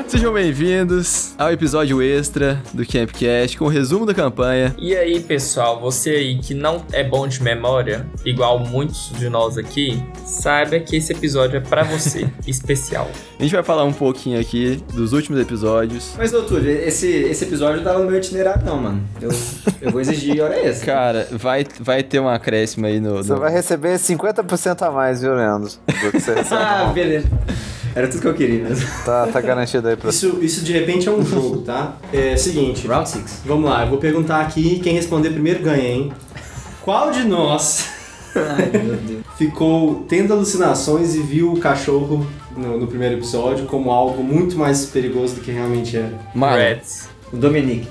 Sejam bem-vindos ao episódio extra do Campcast com o resumo da campanha. E aí, pessoal, você aí que não é bom de memória, igual muitos de nós aqui, saiba que esse episódio é pra você, especial. A gente vai falar um pouquinho aqui dos últimos episódios. Mas, doutor, esse episódio não tava no meu itinerário não, mano. Eu vou exigir hora extra. Cara, vai ter um acréscimo aí no... Você vai receber 50% a mais, viu, Leandro? Do que você recebe. Ah, beleza. Era tudo que eu queria mesmo. Tá garantido aí pra você. Isso de repente é um jogo, tá? É seguinte. Round 6. Vamos lá, eu vou perguntar aqui, quem responder primeiro ganha, hein? Qual de nós Ai, meu Deus. ficou tendo alucinações e viu o cachorro no primeiro episódio como algo muito mais perigoso do que realmente era? Marlon. Reds. O Dominique.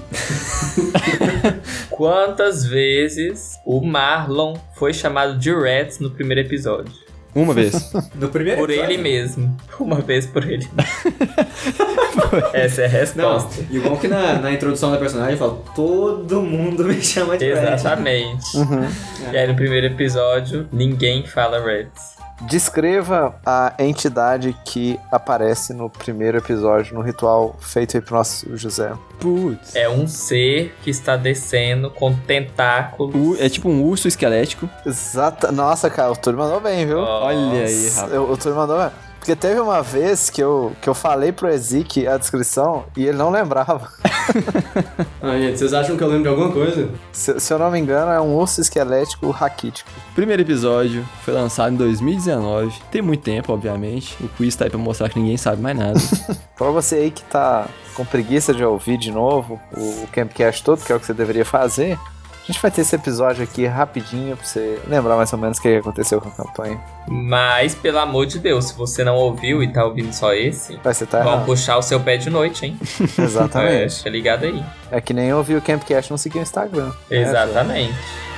Quantas vezes o Marlon foi chamado de Reds no primeiro episódio? Uma vez. No primeiro Por episódio? ele mesmo. Uma vez por ele. Essa é a Não, resposta. e bom que na introdução da personagem fala, todo mundo me chama de Red. Exatamente. E aí no primeiro episódio, ninguém fala Reds. Descreva a entidade que aparece no primeiro episódio, no ritual feito aí pro nosso José. Putz. É um ser que está descendo com tentáculos. É tipo um urso esquelético. Exata. Nossa, cara, o Túlio mandou bem, viu? Olha aí, rapaz. O Túlio mandou bem. Porque teve uma vez que eu falei pro Ezik a descrição e ele não lembrava. Ah, gente, vocês acham que eu lembro de alguma coisa? Se eu não me engano, é um urso esquelético raquítico. Primeiro episódio foi lançado em 2019. Tem muito tempo, obviamente. O quiz tá aí pra mostrar que ninguém sabe mais nada. Pra você aí que tá com preguiça de ouvir de novo o Campcast todo, que é o que você deveria fazer, a gente vai ter esse episódio aqui rapidinho pra você lembrar mais ou menos o que aconteceu com a campanha. Mas, pelo amor de Deus, se você não ouviu e tá ouvindo só esse, Vai ser tá vão errado. puxar o seu pé de noite, hein? Exatamente. Fica ligado aí. É que nem ouvir o Campcast não seguir o Instagram. Exatamente.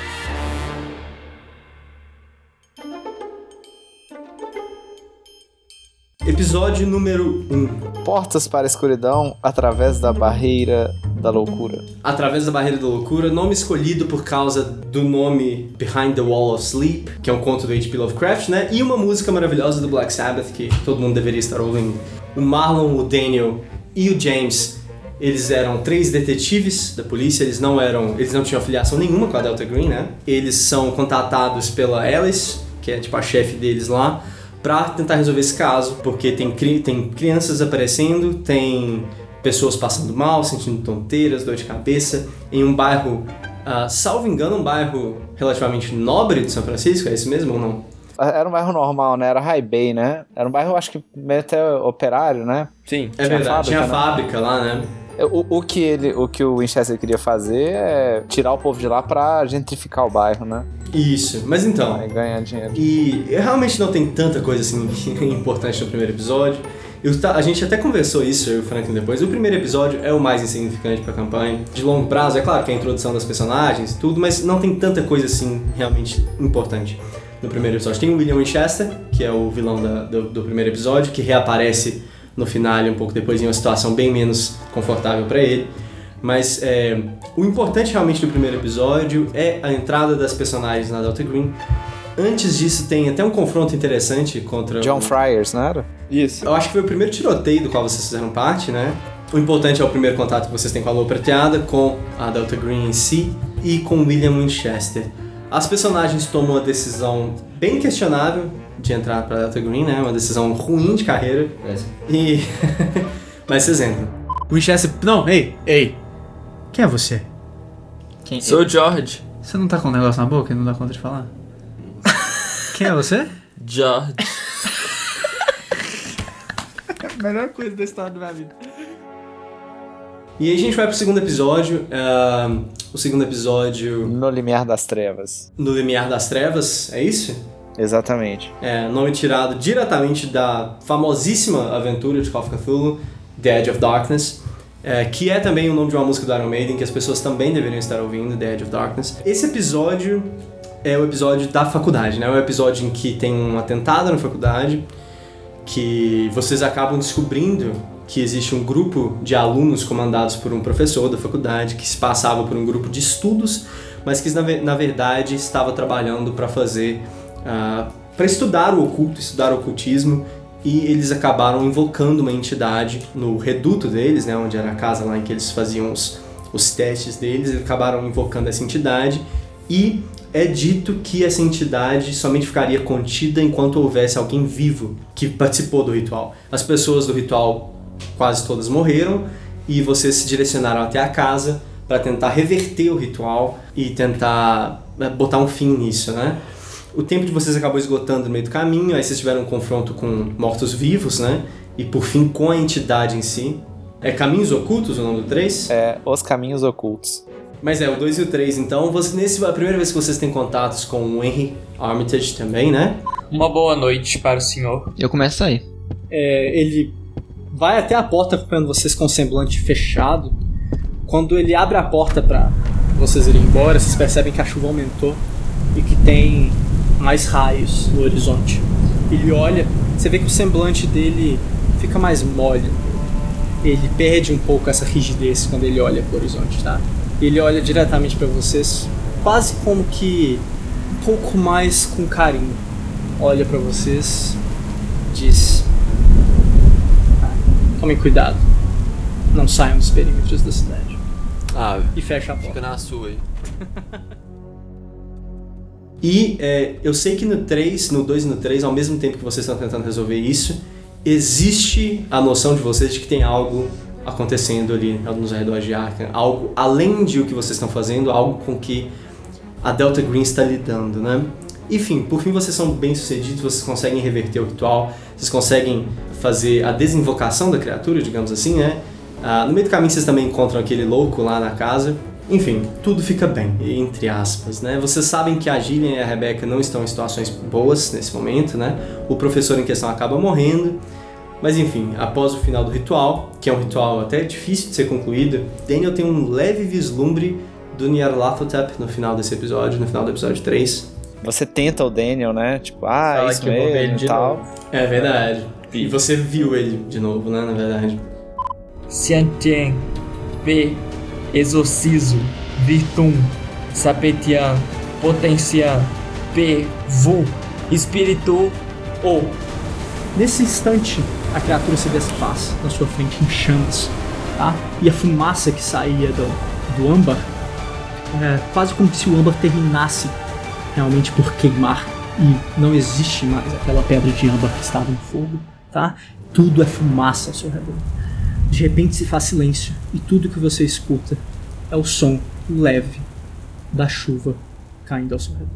Episódio número 1. Portas para a escuridão através da barreira da loucura. Através da Barreira da Loucura, nome escolhido por causa do nome Behind the Wall of Sleep, que é um conto do H.P. Lovecraft, né? E uma música maravilhosa do Black Sabbath, que todo mundo deveria estar ouvindo. O Marlon, o Daniel e o James, eles eram 3 detetives da polícia, eles não tinham afiliação nenhuma com a Delta Green, né? Eles são contatados pela Alice, que é tipo a chefe deles lá, pra tentar resolver esse caso, porque tem crianças aparecendo, tem pessoas passando mal, sentindo tonteiras, dor de cabeça, em um bairro, salvo engano, um bairro relativamente nobre de São Francisco, é isso mesmo ou não? Era um bairro normal, né? Era High Bay, né? Era um bairro, acho que meio até operário, né? Sim. É verdade, tinha né? fábrica lá, né? O que o Winchester queria fazer é tirar o povo de lá pra gentrificar o bairro, né? Isso, mas então... Aí ganhar dinheiro. E realmente não tem tanta coisa assim importante no primeiro episódio. A gente até conversou isso, eu e o Franklin depois. O primeiro episódio é o mais insignificante pra campanha. De longo prazo, é claro que é a introdução das personagens e tudo, mas não tem tanta coisa assim realmente importante no primeiro episódio. Tem o William Winchester, que é o vilão do primeiro episódio, que reaparece no final um pouco depois em uma situação bem menos confortável pra ele. Mas o importante realmente do primeiro episódio é a entrada das personagens na Delta Green. Antes disso tem até um confronto interessante contra... John Friars, não era? Isso. Eu acho que foi o primeiro tiroteio do qual vocês fizeram parte, né? O importante é o primeiro contato que vocês têm com a Lua Prateada, com a Delta Green em si e com William Winchester. As personagens tomam uma decisão bem questionável de entrar pra Delta Green, né? Uma decisão ruim de carreira. E... Mas vocês entram. Winchester... Não, ei. Quem é você? Sou o George. Você não tá com um negócio na boca e não dá conta de falar? Quem é você? George. A melhor coisa da história da minha vida. E aí a gente vai pro segundo episódio. O segundo episódio... No Limiar das Trevas. No Limiar das Trevas, é isso? Exatamente. Nome tirado diretamente da famosíssima aventura de Call of Cthulhu, The Edge of Darkness, que é também o nome de uma música do Iron Maiden, que as pessoas também deveriam estar ouvindo, The Edge of Darkness. Esse episódio é o episódio da faculdade, né? É o episódio em que tem um atentado na faculdade, que vocês acabam descobrindo que existe um grupo de alunos comandados por um professor da faculdade que se passava por um grupo de estudos, mas que na verdade estava trabalhando para fazer... para estudar o oculto, estudar o ocultismo e eles acabaram invocando uma entidade no reduto deles, né, onde era a casa lá em que eles faziam os testes deles. Eles acabaram invocando essa entidade e é dito que essa entidade somente ficaria contida enquanto houvesse alguém vivo que participou do ritual. As pessoas do ritual quase todas morreram e vocês se direcionaram até a casa para tentar reverter o ritual e tentar botar um fim nisso, né? O tempo de vocês acabou esgotando no meio do caminho, aí vocês tiveram um confronto com mortos-vivos, né? E por fim com a entidade em si. É Caminhos Ocultos o nome do 3? É, Os Caminhos Ocultos. Mas o 2 e o 3, então, a primeira vez que vocês têm contatos com o Henry Armitage também, né? Uma boa noite para o senhor. Eu começo aí. Ele vai até a porta acompanhando vocês com o semblante fechado. Quando ele abre a porta para vocês irem embora, vocês percebem que a chuva aumentou e que tem mais raios no horizonte. Ele olha, você vê que o semblante dele fica mais mole. Ele perde um pouco essa rigidez quando ele olha pro horizonte, tá? Ele olha diretamente para vocês, quase como que um pouco mais com carinho. Olha para vocês, diz: tomem cuidado, não saiam dos perímetros da cidade. E fecha a porta. Fica na sua aí. E eu sei que no 2 e no 3, ao mesmo tempo que vocês estão tentando resolver isso, existe a noção de vocês de que tem algo acontecendo ali nos arredores de Arkham, algo além de o que vocês estão fazendo, algo com que a Delta Green está lidando, né? Enfim, por fim vocês são bem-sucedidos, vocês conseguem reverter o ritual, vocês conseguem fazer a desinvocação da criatura, digamos assim, né? No meio do caminho vocês também encontram aquele louco lá na casa. Enfim, tudo fica bem, entre aspas, né? Vocês sabem que a Gillian e a Rebecca não estão em situações boas nesse momento, né? O professor em questão acaba morrendo. Mas enfim, após o final do ritual, que é um ritual até difícil de ser concluído, Daniel tem um leve vislumbre do Nyarlathotep no final desse episódio, no final do episódio 3. Você tenta o Daniel, né? Tipo, Fala isso que eu vou ver ele mesmo de e tal. novo. É verdade. E você viu ele de novo, né? Na verdade. Xiantien, P, Exorcizo, Virtum, Sapetian, Potencian, P, Vu, Espírito, O. Nesse instante, a criatura se desfaz na sua frente em chamas, tá? E a fumaça que saía do âmbar é quase como se o âmbar terminasse realmente por queimar e não existe mais aquela pedra de âmbar que estava no fogo, tá? Tudo é fumaça ao seu redor. De repente se faz silêncio e tudo que você escuta é o som leve da chuva caindo ao seu redor.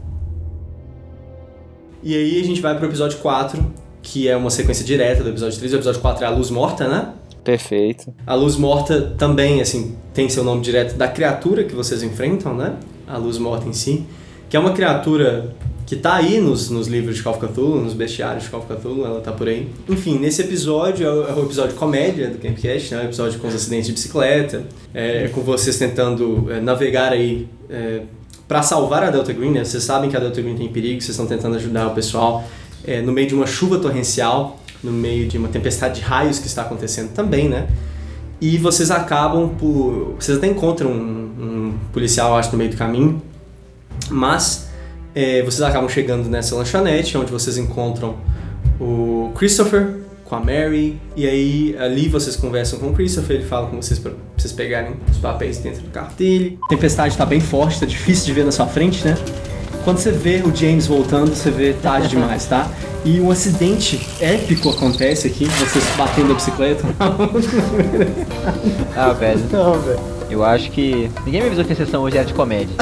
E aí a gente vai pro episódio 4, que é uma sequência direta do episódio 3. O episódio 4 é a Luz Morta, né? Perfeito. A Luz Morta também, assim, tem seu nome direto da criatura que vocês enfrentam, né? A Luz Morta em si, que é uma criatura que tá aí nos livros de Call of Cthulhu, nos bestiários de Call of Cthulhu, ela tá por aí. Enfim, nesse episódio é o episódio comédia do Campcast, né? O episódio com os acidentes de bicicleta, com vocês tentando navegar aí para salvar a Delta Green, né? Vocês sabem que a Delta Green tem perigo, vocês estão tentando ajudar o pessoal no meio de uma chuva torrencial, no meio de uma tempestade de raios que está acontecendo também, né? E vocês acabam por... Vocês até encontram um policial, acho, no meio do caminho, mas vocês acabam chegando nessa lanchonete, onde vocês encontram o Christopher com a Mary, e aí ali vocês conversam com o Christopher, ele fala com vocês para vocês pegarem os papéis dentro do carro dele. A tempestade tá bem forte, tá difícil de ver na sua frente, né? Quando você vê o James voltando, você vê tarde demais, tá? E um acidente épico acontece aqui, vocês batendo a bicicleta. Velho. Não, velho. Eu acho que... Ninguém me avisou que a sessão hoje era de comédia.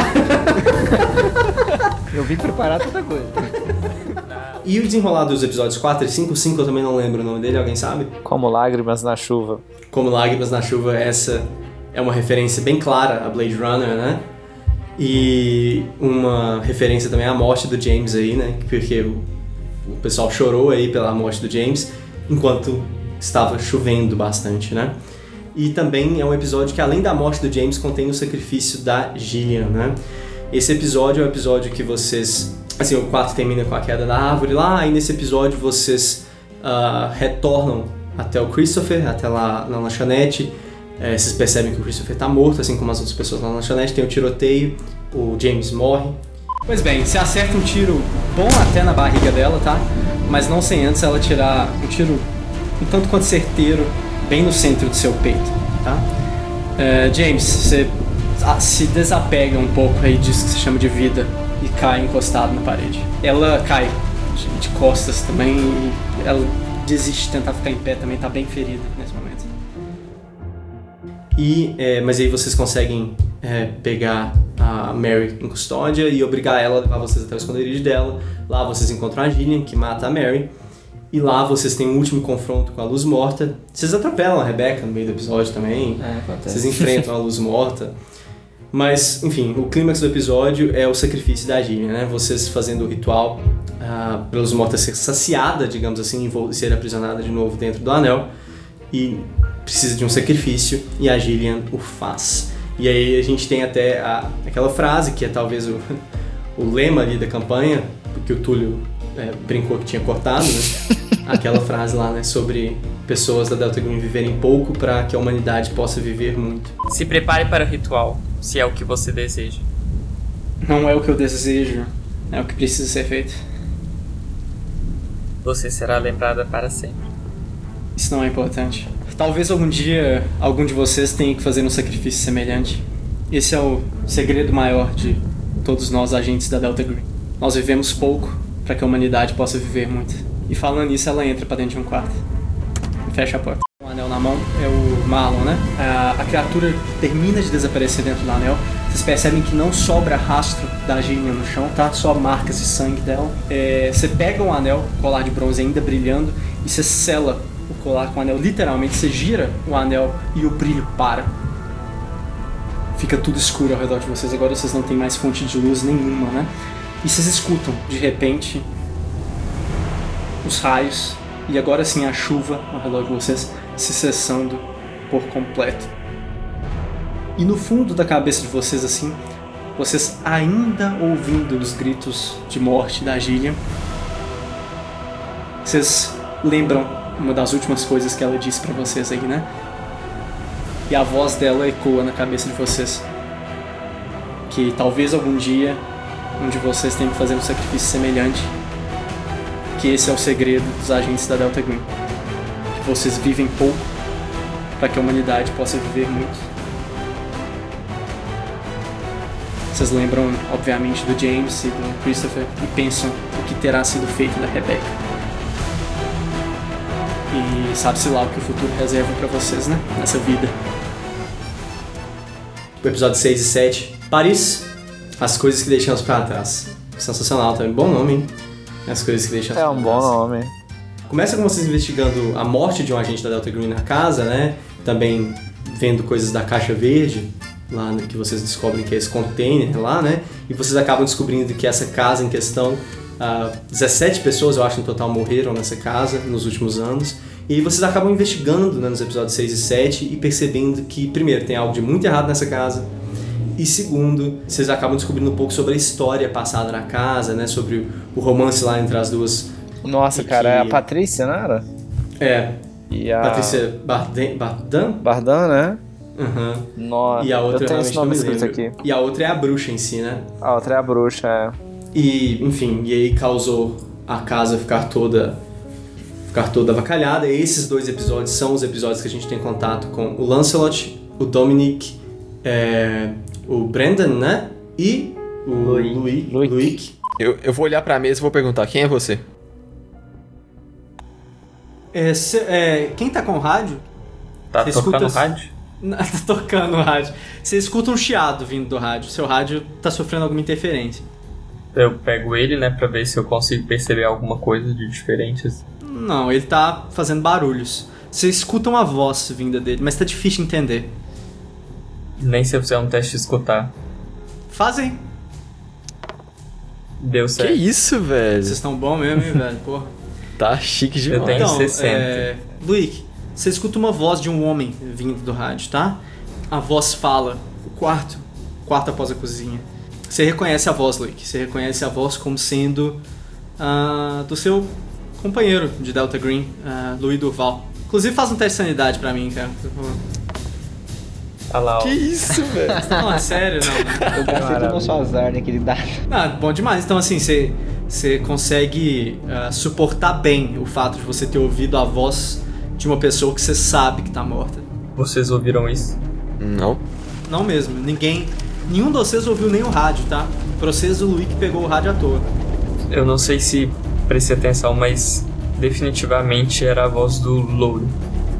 Eu vim preparar tanta coisa. E o desenrolar dos episódios 4 e 5, 5 eu também não lembro o nome dele, alguém sabe? Como Lágrimas na Chuva. Como Lágrimas na Chuva, essa é uma referência bem clara a Blade Runner, né? E uma referência também à morte do James aí, né? Porque o pessoal chorou aí pela morte do James enquanto estava chovendo bastante, né? E também é um episódio que, além da morte do James, contém o sacrifício da Gillian, né? Esse episódio é um episódio que vocês... Assim, o 4 termina com a queda da árvore lá, e nesse episódio vocês retornam até o Christopher, até lá na lanchonete. Vocês percebem que o Christopher tá morto, assim como as outras pessoas na lanchonete. Tem o tiroteio, o James morre. Pois bem, você acerta um tiro bom até na barriga dela, tá? mas não sem antes ela tirar um tiro um tanto quanto certeiro bem no centro do seu peito, tá? James, você se desapega um pouco aí disso que se chama de vida e cai encostado na parede. Ela cai de costas também e ela desiste de tentar ficar em pé também, tá bem ferida nesse momento. Mas aí vocês conseguem pegar a Mary em custódia e obrigar ela a levar vocês até o esconderijo dela. Lá vocês encontram a Gillian, que mata a Mary. E lá vocês têm um último confronto com a Luz Morta. Vocês atropelam a Rebecca no meio do episódio também. Vocês enfrentam a Luz Morta. Mas, enfim, o clímax do episódio é o sacrifício da Gillian, né? Vocês fazendo o ritual pra Luz Morta ser saciada, digamos assim, e ser aprisionada de novo dentro do anel. E precisa de um sacrifício, e a Gillian o faz. E aí a gente tem até aquela frase, que é talvez o lema ali da campanha, porque o Túlio brincou que tinha cortado, né? Aquela frase lá, né? Sobre pessoas da Delta Green viverem pouco para que a humanidade possa viver muito. Se prepare para o ritual, se é o que você deseja. Não é o que eu desejo, é o que precisa ser feito. Você será lembrada para sempre. Isso não é importante. Talvez algum dia algum de vocês tenha que fazer um sacrifício semelhante. Esse é o segredo maior de todos nós, agentes da Delta Green. Nós vivemos pouco para que a humanidade possa viver muito. E falando nisso, ela entra para dentro de um quarto e fecha a porta. O anel na mão é o Marlon, né? A criatura termina de desaparecer dentro do anel. Vocês percebem que não sobra rastro da Gillian no chão, tá? Só marcas de sangue dela. Você pega um anel, colar de bronze ainda brilhando, e você sela o colar com o anel. Literalmente, você gira o anel e o brilho para. Fica tudo escuro ao redor de vocês. Agora vocês não têm mais fonte de luz nenhuma, né? E vocês escutam, de repente, os raios e agora sim a chuva ao redor de vocês se cessando por completo. E no fundo da cabeça de vocês, assim, vocês ainda ouvindo os gritos de morte da Gillian, vocês lembram uma das últimas coisas que ela disse pra vocês aí, né? E a voz dela ecoa na cabeça de vocês. Que talvez algum dia um de vocês tenha que fazer um sacrifício semelhante. Que esse é o segredo dos agentes da Delta Green. Que vocês vivem pouco para que a humanidade possa viver muito. Vocês lembram, obviamente, do James e do Christopher e pensam o que terá sido feito da Rebecca. E sabe-se lá o que o futuro reserva para vocês, né? Nessa vida. O episódio 6 e 7. Paris, as coisas que deixamos para trás. Sensacional também. Bom nome, hein? As coisas que deixamos para trás. É um bom nome. Começa com vocês investigando a morte de um agente da Delta Green na casa, né? Também vendo coisas da caixa verde, lá que vocês descobrem que é esse container lá, né? E vocês acabam descobrindo que essa casa em questão, 17 pessoas, eu acho, no total morreram nessa casa nos últimos anos. E aí vocês acabam investigando, né, nos episódios 6 e 7 e percebendo que, primeiro, tem algo de muito errado nessa casa. E segundo, vocês acabam descobrindo um pouco sobre a história passada na casa, né? Sobre o romance lá entre as duas. Nossa, cara, é a Patrícia, não era? É. E a Patrícia Bardan? Bardan, né? Aham. Nossa, E a outra eu tenho esse nome escrito lembro. aqui. E a outra é a bruxa em si, né? A outra é a bruxa, é. E, enfim, e aí causou a casa ficar toda avacalhada. E esses dois episódios são os episódios que a gente tem contato com o Lancelot, o Dominic, o Brendan, né? E o Luick. Eu vou olhar pra mesa e vou perguntar, quem é você? Quem tá com o rádio? Tá Você tocando escuta- rádio? Tá tocando o rádio. Você escuta um chiado vindo do rádio. Seu rádio tá sofrendo alguma interferência. Eu pego ele, né, pra ver se eu consigo perceber alguma coisa de diferente. Não, ele tá fazendo barulhos. Você escuta uma voz vinda dele, mas tá difícil de entender. Nem se eu fizer um teste de escutar. Fazem. Deu Que certo. isso, velho? Vocês estão bom mesmo, hein, velho? Porra. Tá chique demais. Eu tenho Então, 60. Luick, você escuta uma voz de um homem vindo do rádio, tá? A voz fala, o quarto após a cozinha. Você reconhece a voz, Luick. Você reconhece a voz como sendo do seu companheiro de Delta Green, Louis Durval. Inclusive, faz um teste de sanidade pra mim, cara. Por favor. Olha lá, ó. Que isso, velho? Não, é sério, não. Eu gastei todo o nosso azar naquele dado. Ah, bom demais. Então, assim, você consegue suportar bem o fato de você ter ouvido a voz de uma pessoa que você sabe que tá morta. Vocês ouviram isso? Não. Não mesmo. Nenhum de vocês ouviu nem o rádio, tá? Pra vocês, o Luiz pegou o rádio à toa. Eu não sei se prestei atenção, mas definitivamente era a voz do Louro.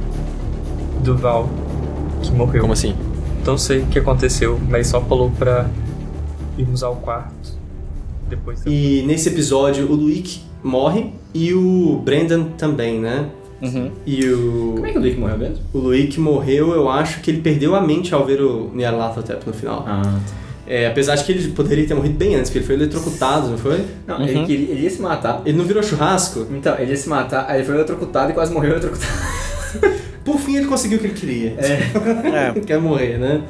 Do Val, que morreu. Como assim? Não sei o que aconteceu, mas só falou pra irmos ao quarto. Depois. E nesse episódio o Luke morre e o Brendan também, né? Uhum. E Como é que o Luke morreu mesmo? o Luke morreu, eu acho que ele perdeu a mente ao ver o Nyarlathotep no final. Apesar de que ele poderia ter morrido bem antes, porque ele foi eletrocutado, não foi? Não, ele ia se matar. Ele não virou churrasco? Então, ele ia se matar, aí ele foi eletrocutado e quase morreu eletrocutado. Por fim ele conseguiu o que ele queria. É. Quer morrer, né?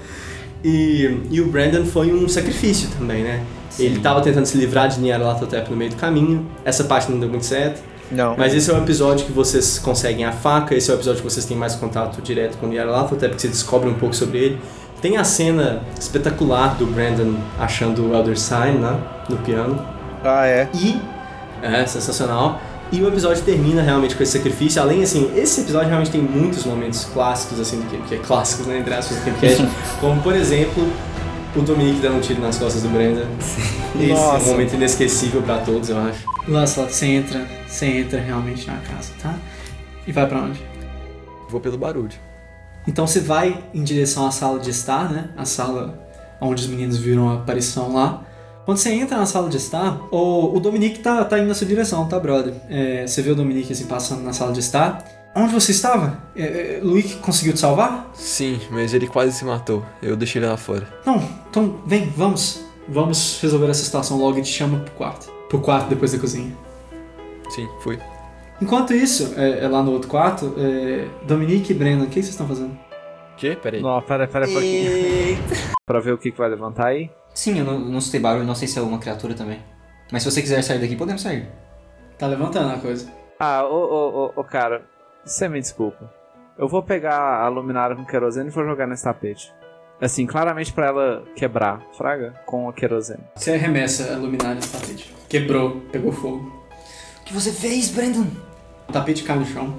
E o Brandon foi um sacrifício também, né? Sim. Ele tava tentando se livrar de Nyarlathotep no meio do caminho. Essa parte não deu muito certo. Não. Mas esse é o episódio que vocês conseguem a faca, esse é o episódio que vocês têm mais contato direto com o Nyarlathotep, porque você descobre um pouco sobre ele. Tem a cena espetacular do Brandon achando o Elder Sign, né? No piano. Ah, é. E é sensacional. E o episódio termina realmente com esse sacrifício. Além, assim, esse episódio realmente tem muitos momentos clássicos, assim, que é clássicos, né, entre aspas, do Campcast. Como, por exemplo, o Dominique dando um tiro nas costas do Brandon. Esse é um momento inesquecível pra todos, eu acho. Lancelot, você entra realmente na casa, tá? E vai pra onde? Vou pelo barulho. Então você vai em direção à sala de estar, né? A sala onde os meninos viram a aparição lá. Quando você entra na sala de estar, o Dominique tá indo na sua direção, tá, brother? Você vê o Dominique assim passando na sala de estar. Onde você estava? Luiz conseguiu te salvar? Sim, mas ele quase se matou. Eu deixei ele lá fora. Não, então vem, vamos. Vamos resolver essa situação logo e te chama pro quarto. Pro quarto depois da cozinha. Sim, fui. Enquanto isso, lá no outro quarto, Dominique e Brandon, o que vocês estão fazendo? Quê? Peraí. Não, pera um pouquinho. Pra ver o que vai levantar aí. Sim, eu não escutei barulho, não sei se é alguma criatura também. Mas se você quiser sair daqui, podemos sair. Tá levantando a coisa. Ah, cara, você me desculpa. Eu vou pegar a luminária com querosene e vou jogar nesse tapete. Assim, claramente pra ela quebrar, fraga, com a querosene. Você arremessa a luminária no tapete. Quebrou, pegou fogo. O que você fez, Brandon? O tapete cai no chão.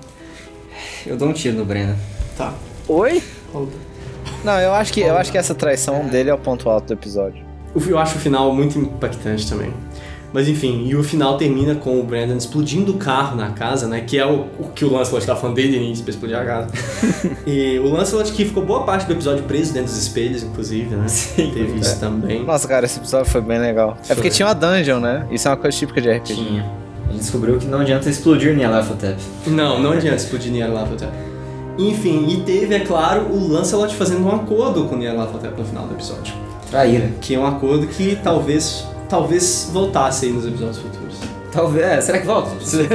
Eu dou um tiro no Brandon. Tá. Oi? Volta. Não, eu acho que essa traição dele é o ponto alto do episódio. Eu acho o final muito impactante também. Mas enfim, e o final termina com o Brandon explodindo o carro na casa, né? Que é o que o Lancelot tá falando desde o início pra explodir a casa. E o Lancelot que ficou boa parte do episódio preso dentro dos espelhos, inclusive, né? Sim, teve isso também. Nossa, cara, esse episódio foi bem legal. É porque tinha uma dungeon, né? Isso é uma coisa típica de RPG. Tinha. A gente descobriu que não adianta explodir Nyarlathotep. Não adianta explodir Nyarlathotep. Enfim, e teve, é claro, o Lancelot fazendo um acordo com o Nyarlathotep no final do episódio. Traíra. Que é um acordo que talvez voltasse aí nos episódios futuros. Talvez. Será que volta?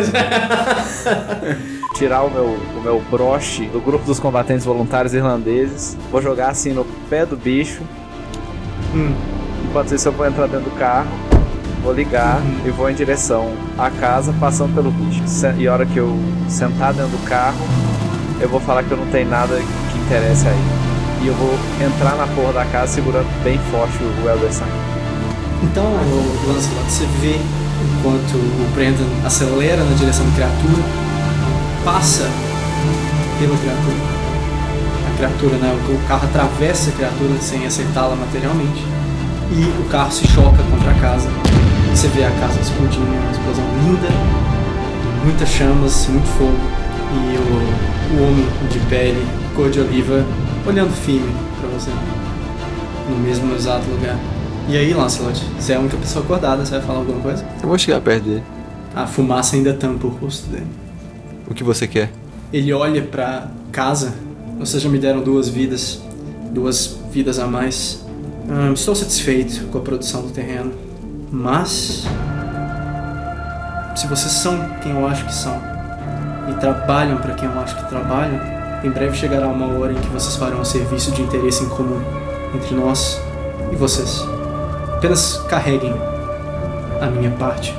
Tirar o meu broche do grupo dos combatentes voluntários irlandeses. Vou jogar assim no pé do bicho. Enquanto isso eu vou entrar dentro do carro. Vou ligar e vou em direção à casa, passando pelo bicho. E a hora que eu sentar dentro do carro, eu vou falar que eu não tenho nada que interesse aí. E eu vou entrar na porra da casa segurando bem forte o Elder Sign. Então, o Lancelot, você vê enquanto o Brandon acelera na direção da criatura, passa pela criatura. A criatura, né? O carro atravessa a criatura sem acertá-la materialmente. E o carro se choca contra a casa. E você vê a casa explodindo, uma explosão linda, muitas chamas, muito fogo. E o homem de pele, cor de oliva, olhando firme pra você. No mesmo exato lugar. E aí, Lancelot, você é a única pessoa acordada, você vai falar alguma coisa? Eu vou chegar perto dele. A fumaça ainda tampa o rosto dele. O que você quer? Ele olha pra casa. Vocês já me deram 2 vidas. 2 vidas a mais. Estou satisfeito com a produção do terreno. Mas... se vocês são quem eu acho que são, e trabalham pra quem eu acho que trabalham, em breve chegará uma hora em que vocês farão um serviço de interesse em comum entre nós e vocês. Apenas carreguem a minha parte.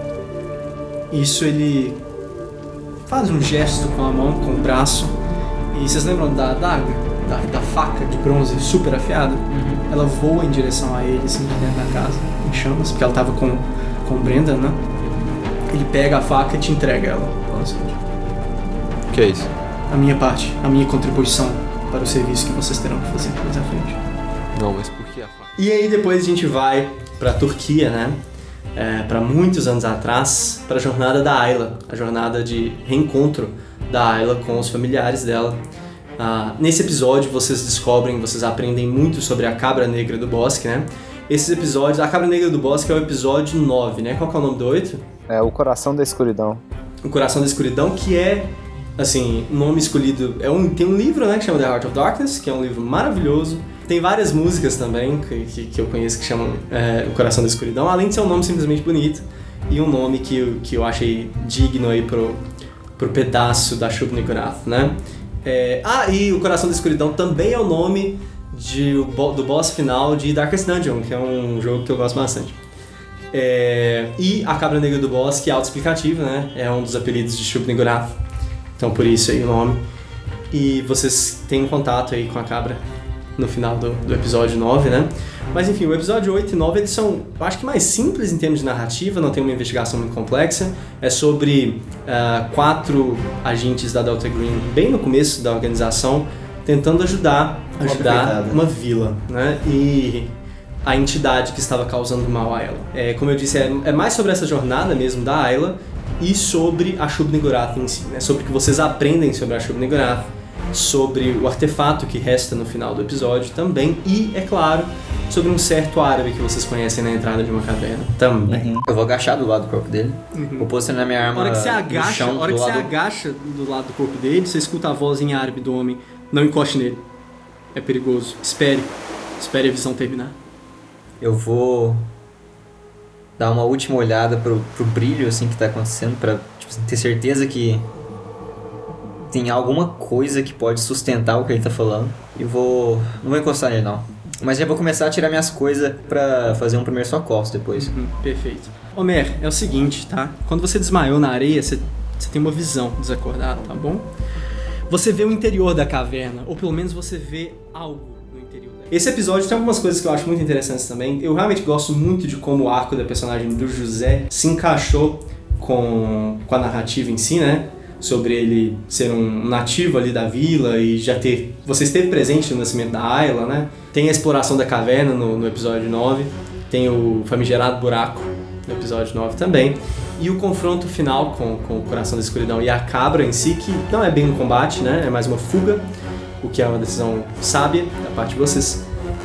Isso ele faz um gesto com a mão, com o braço, E vocês lembram da adaga? Da faca de bronze super afiada? Ela voa em direção a ele, assim, de dentro da casa, em chamas, porque ela tava com o Brendan, né? Ele pega a faca e te entrega ela. O que é isso? A minha parte, a minha contribuição para o serviço que vocês terão que fazer mais à frente. Não, mas por que a faca? E aí depois a gente vai pra Turquia, né? Pra muitos anos atrás, pra jornada da Ayla, a jornada de reencontro da Ayla com os familiares dela. Nesse episódio vocês aprendem muito sobre a Cabra Negra do Bosque, né? Esses episódios, a Cabra Negra do Bosque é o episódio 9, né? Qual que é o nome do 8? É o Coração da Escuridão. O Coração da Escuridão, que é, assim, nome escolhido... Tem um livro, né, que chama The Heart of Darkness, que é um livro maravilhoso. Tem várias músicas também que eu conheço que chamam O Coração da Escuridão, além de ser um nome simplesmente bonito e um nome que eu achei digno aí pro pedaço da Shub-Niggurath, né? E O Coração da Escuridão também é o nome do boss final de Darkest Dungeon, que é um jogo que eu gosto bastante. E a Cabra Negra do Bosque é autoexplicativo, né? É um dos apelidos de Shub-Niggurath, então por isso aí o nome. E vocês têm contato aí com a cabra no final do episódio 9, né? Mas enfim, o episódio 8 e 9 eles são, eu acho que mais simples em termos de narrativa, não tem uma investigação muito complexa. É sobre 4 agentes da Delta Green, bem no começo da organização, tentando ajudar uma vila, né? E a entidade que estava causando mal a ela. Como eu disse, é mais sobre essa jornada mesmo da Ayla e sobre a Shub-Niggurath em si, né? Sobre o que vocês aprendem sobre a Shub-Niggurath, sobre o artefato que resta no final do episódio também e, é claro, sobre um certo árabe que vocês conhecem na entrada de uma caverna também. Eu vou agachar do lado do corpo dele, vou posicionar minha arma Na hora que você no chão, agacha do lado do corpo dele, você escuta a voz em árabe do homem: não encoste nele, é perigoso, espere a visão terminar. Eu vou dar uma última olhada pro brilho assim que tá acontecendo pra ter certeza que tem alguma coisa que pode sustentar o que ele tá falando. E não vou encostar nele não. Mas já vou começar a tirar minhas coisas pra fazer um primeiro socorro depois. Perfeito. Homer, é o seguinte, tá? Quando você desmaiou na areia, você tem uma visão desacordada, tá bom? Você vê o interior da caverna, ou pelo menos você vê algo no interior dela. Esse episódio tem algumas coisas que eu acho muito interessantes também. Eu realmente gosto muito de como o arco da personagem do José se encaixou com a narrativa em si, né? Sobre ele ser um nativo ali da vila e você esteve presente no nascimento da Ayla, né? Tem a exploração da caverna no episódio 9, tem o famigerado buraco no episódio 9 também, e o confronto final com o Coração da Escuridão e a cabra em si, que não é bem um combate, né? É mais uma fuga, o que é uma decisão sábia da parte de vocês.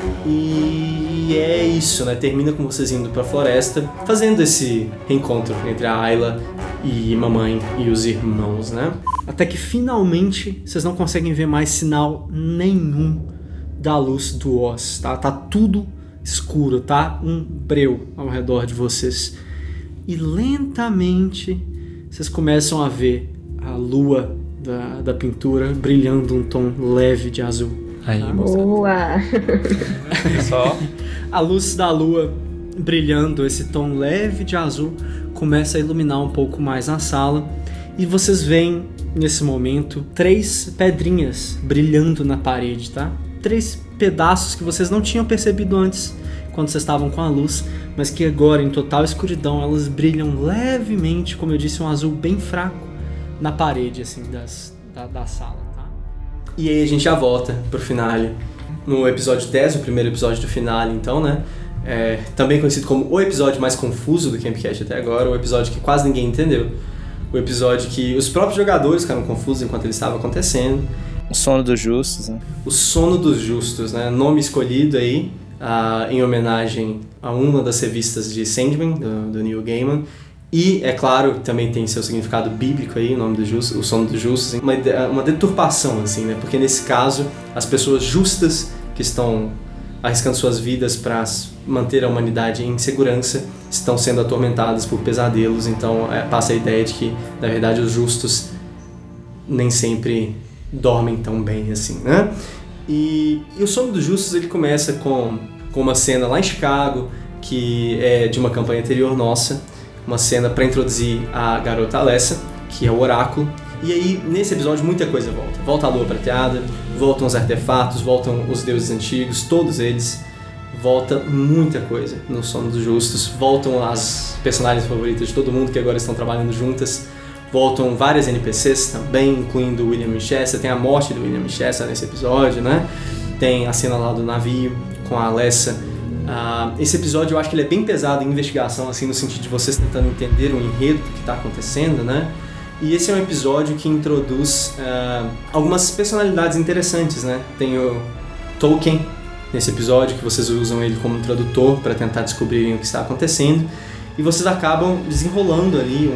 E é isso, né? Termina com vocês indo pra floresta, fazendo esse reencontro entre a Ayla e mamãe e os irmãos, né? Até que finalmente vocês não conseguem ver mais sinal nenhum da luz do Oz, tá? Tá tudo escuro, tá? Um breu ao redor de vocês. E lentamente vocês começam a ver a lua da pintura brilhando um tom leve de azul. Aí, Boa! Só. A luz da lua brilhando, esse tom leve de azul, começa a iluminar um pouco mais a sala. E vocês veem, nesse momento, 3 pedrinhas brilhando na parede, tá? 3 pedaços que vocês não tinham percebido antes, quando vocês estavam com a luz, mas que agora, em total escuridão, elas brilham levemente, como eu disse, um azul bem fraco, na parede, assim, da sala, tá? E aí a gente já volta pro finale. No episódio 10, o primeiro episódio do finale, então, né? Também conhecido como o episódio mais confuso do Campcast até agora, o episódio que quase ninguém entendeu. O episódio que os próprios jogadores ficaram confusos enquanto ele estava acontecendo. O Sono dos Justos, né? O Sono dos Justos, né? Nome escolhido aí em homenagem a uma das revistas de Sandman, do Neil Gaiman. E, é claro, também tem seu significado bíblico aí, o nome do Justo, o Sono dos Justos. Uma deturpação, assim, né? Porque nesse caso, as pessoas justas que estão arriscando suas vidas para manter a humanidade em segurança estão sendo atormentadas por pesadelos. Então, passa a ideia de que, na verdade, os justos nem sempre dormem tão bem assim, né? E o Sono dos Justos ele começa com uma cena lá em Chicago, que é de uma campanha anterior nossa, uma cena para introduzir a garota Alessa, que é o oráculo, E aí, nesse episódio, muita coisa volta. Volta a lua prateada, voltam os artefatos, voltam os deuses antigos, todos eles. Volta muita coisa no Sono dos Justos. Voltam as personagens favoritas de todo mundo que agora estão trabalhando juntas. Voltam várias NPCs também, incluindo o William Winchester. Tem a morte do William Winchester nesse episódio, né? Tem a cena lá do navio com a Alessa. Esse episódio eu acho que ele é bem pesado em investigação, assim, no sentido de vocês tentando entender o enredo do que está acontecendo, né? E esse é um episódio que introduz algumas personalidades interessantes, né? Tem o Tolkien nesse episódio, que vocês usam ele como tradutor para tentar descobrirem o que está acontecendo. E vocês acabam desenrolando ali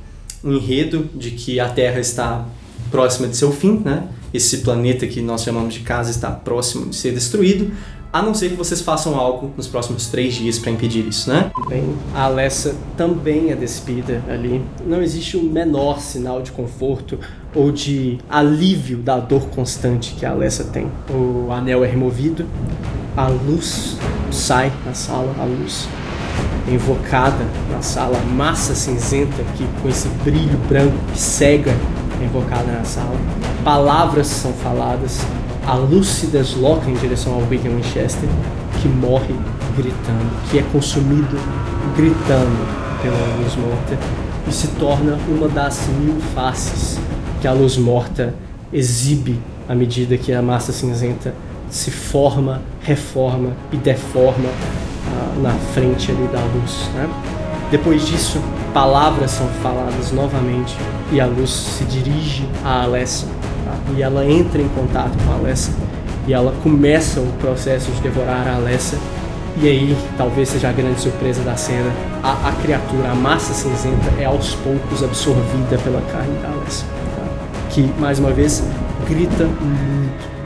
um enredo de que a Terra está próxima de seu fim, né? Esse planeta que nós chamamos de casa está próximo de ser destruído, a não ser que vocês façam algo nos próximos 3 dias para impedir isso, né? Bem, a Alessa também é despida ali. Não existe o menor sinal de conforto ou de alívio da dor constante que a Alessa tem. O anel é removido, a luz sai da sala, a luz é invocada na sala, a massa cinzenta que com esse brilho branco que cega é invocada na sala. Palavras são faladas, a luz se desloca em direção ao William Winchester, que morre gritando, que é consumido gritando pela luz morta e se torna uma das 1000 faces que a luz morta exibe à medida que a massa cinzenta se forma, reforma e deforma na frente ali da luz, né? Depois disso, palavras são faladas novamente e a luz se dirige a Alessa, tá? E ela entra em contato com a Alessa e ela começa o processo de devorar a Alessa. E aí, talvez seja a grande surpresa da cena, a criatura, a massa cinzenta é aos poucos absorvida pela carne da Alessa, tá? Que, mais uma vez, grita muito.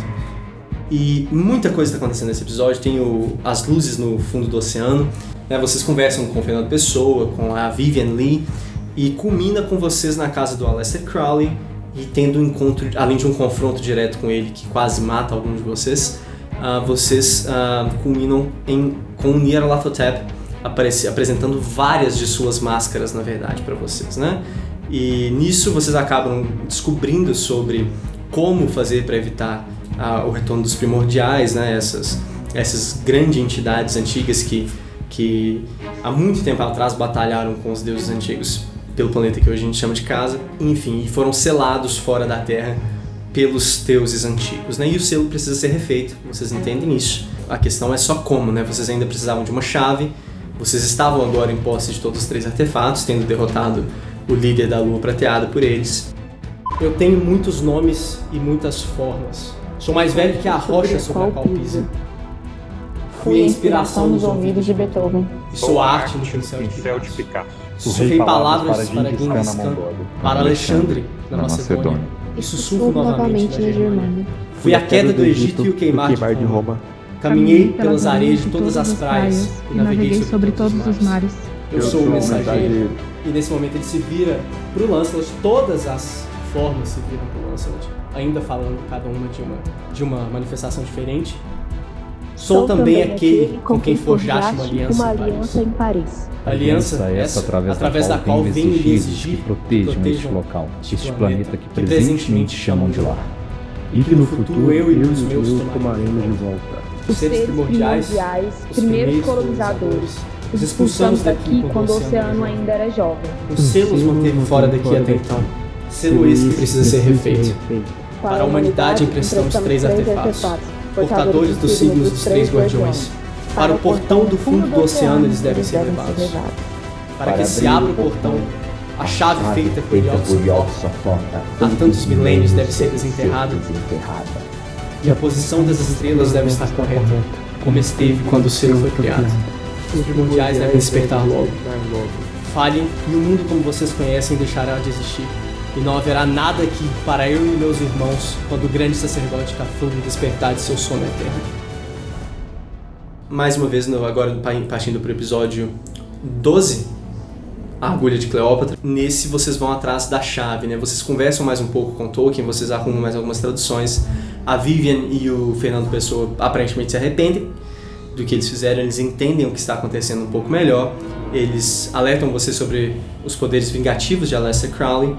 E muita coisa está acontecendo nesse episódio. Tem as luzes no fundo do oceano, né? Vocês conversam com o Fernando Pessoa, com a Vivian Lee, e culmina com vocês na casa do Aleister Crowley e tendo um encontro, além de um confronto direto com ele que quase mata alguns de vocês. Vocês culminam com o Nyarlathotep apresentando várias de suas máscaras, na verdade, para vocês, né? E nisso vocês acabam descobrindo sobre como fazer para evitar o retorno dos primordiais, né? Essas grandes entidades antigas que há muito tempo atrás batalharam com os deuses antigos pelo planeta que hoje a gente chama de casa, enfim, e foram selados fora da Terra pelos deuses antigos, né? E o selo precisa ser refeito, vocês entendem isso. A questão é só como, né? Vocês ainda precisavam de uma chave, vocês estavam agora em posse de todos os 3 artefatos, tendo derrotado o líder da Lua Prateada por eles. Eu tenho muitos nomes e muitas formas. Sou mais velho que a rocha sobre a qual pisa. Fui a inspiração nos ouvidos de Beethoven. E sou a arte no pincel de Picasso. Sussurrei palavras para Genghis Khan, para Alexandre na Macedônia. E sussurro novamente na Germânia. Fui a queda do Egito e o queimar de Roma. Caminhei pelas areias de todas as praias e naveguei sobre todos os mares. Eu sou o mensageiro. E nesse momento ele se vira pro Lancelot. Todas as formas se viram pro Lancelot, ainda falando cada uma de uma manifestação diferente. Sou também aquele com quem forjaste uma aliança em Paris. Aliança essa através da qual venho lhe exigir que protejam este local, este planeta que presentemente chamam de lar. E que no futuro eu e os meus tomaremos de volta. Os seres primordiais, os primeiros colonizadores. Os expulsamos daqui quando o oceano ainda era jovem. O selo os manteve fora daqui até então. Selo esse que precisa ser refeito. Para a humanidade emprestamos 3 artefatos, portadores dos signos dos 3 guardiões. Para o portão do fundo do oceano eles devem ser levados. Para que se abra o portão, a chave feita por Yog-Sothoth há tantos milênios deve ser desenterrada. E a posição das estrelas deve estar correta, como esteve quando o selo foi criado. Os primordiais devem despertar logo. Falhem e o mundo como vocês conhecem deixará de existir. E não haverá nada aqui para eu e meus irmãos quando o grande sacerdote Cthulhu despertar de seu sono eterno. Mais uma vez, agora partindo para o episódio 12, a Agulha de Cleópatra. Nesse vocês vão atrás da chave, né? Vocês conversam mais um pouco com Tolkien, vocês arrumam mais algumas traduções. A Vivian e o Fernando Pessoa aparentemente se arrependem do que eles fizeram, eles entendem o que está acontecendo um pouco melhor. Eles alertam você sobre os poderes vingativos de Aleister Crowley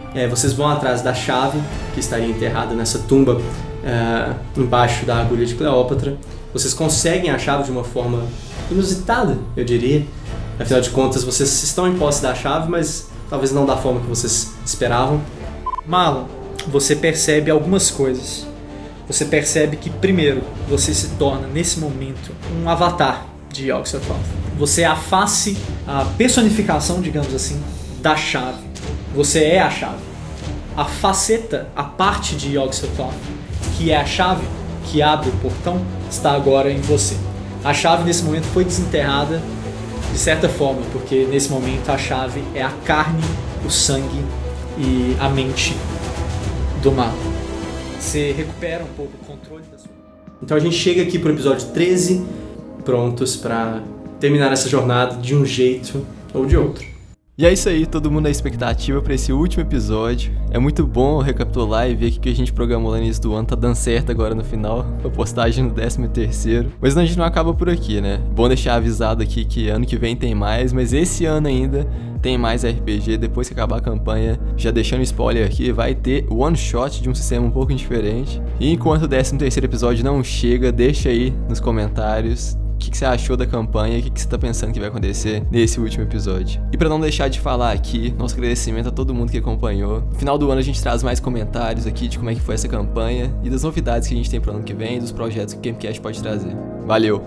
Vocês vão atrás da chave que estaria enterrada nessa tumba embaixo da agulha de Cleópatra. Vocês conseguem a chave de uma forma inusitada, eu diria. Afinal de contas, vocês estão em posse da chave, mas talvez não da forma que vocês esperavam. Marlon, você percebe algumas coisas. Você percebe que, primeiro, você se torna, nesse momento, um avatar de Yog-Sothoth. Você é a face, a personificação, digamos assim, da chave. Você é a chave. A faceta, a parte de Yog-Sothoth, que é a chave que abre o portão, está agora em você. A chave, nesse momento, foi desenterrada de certa forma, porque, nesse momento, a chave é a carne, o sangue e a mente do mal. Você recupera um pouco o controle da sua... Então a gente chega aqui pro episódio 13, prontos pra terminar essa jornada de um jeito ou de outro. E é isso aí, todo mundo na expectativa pra esse último episódio. É muito bom recapitular e ver que o que a gente programou lá no início do ano tá dando certo agora no final, a postagem no 13º. Mas não, a gente não acaba por aqui, né? Bom deixar avisado aqui que ano que vem tem mais, mas esse ano ainda tem mais RPG. Depois que acabar a campanha, já deixando spoiler aqui, vai ter one shot de um sistema um pouco diferente. E enquanto o 13º episódio não chega, deixa aí nos comentários o que você achou da campanha, o que você tá pensando que vai acontecer nesse último episódio. E pra não deixar de falar aqui, nosso agradecimento a todo mundo que acompanhou. No final do ano a gente traz mais comentários aqui de como é que foi essa campanha e das novidades que a gente tem pro ano que vem e dos projetos que o Gamecast pode trazer. Valeu!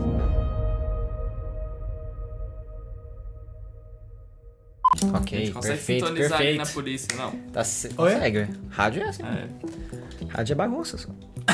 Ok, Consegue perfeito, sintonizar perfeito. ali na polícia, não? Consegue. Rádio é assim. Rádio é bagunça só.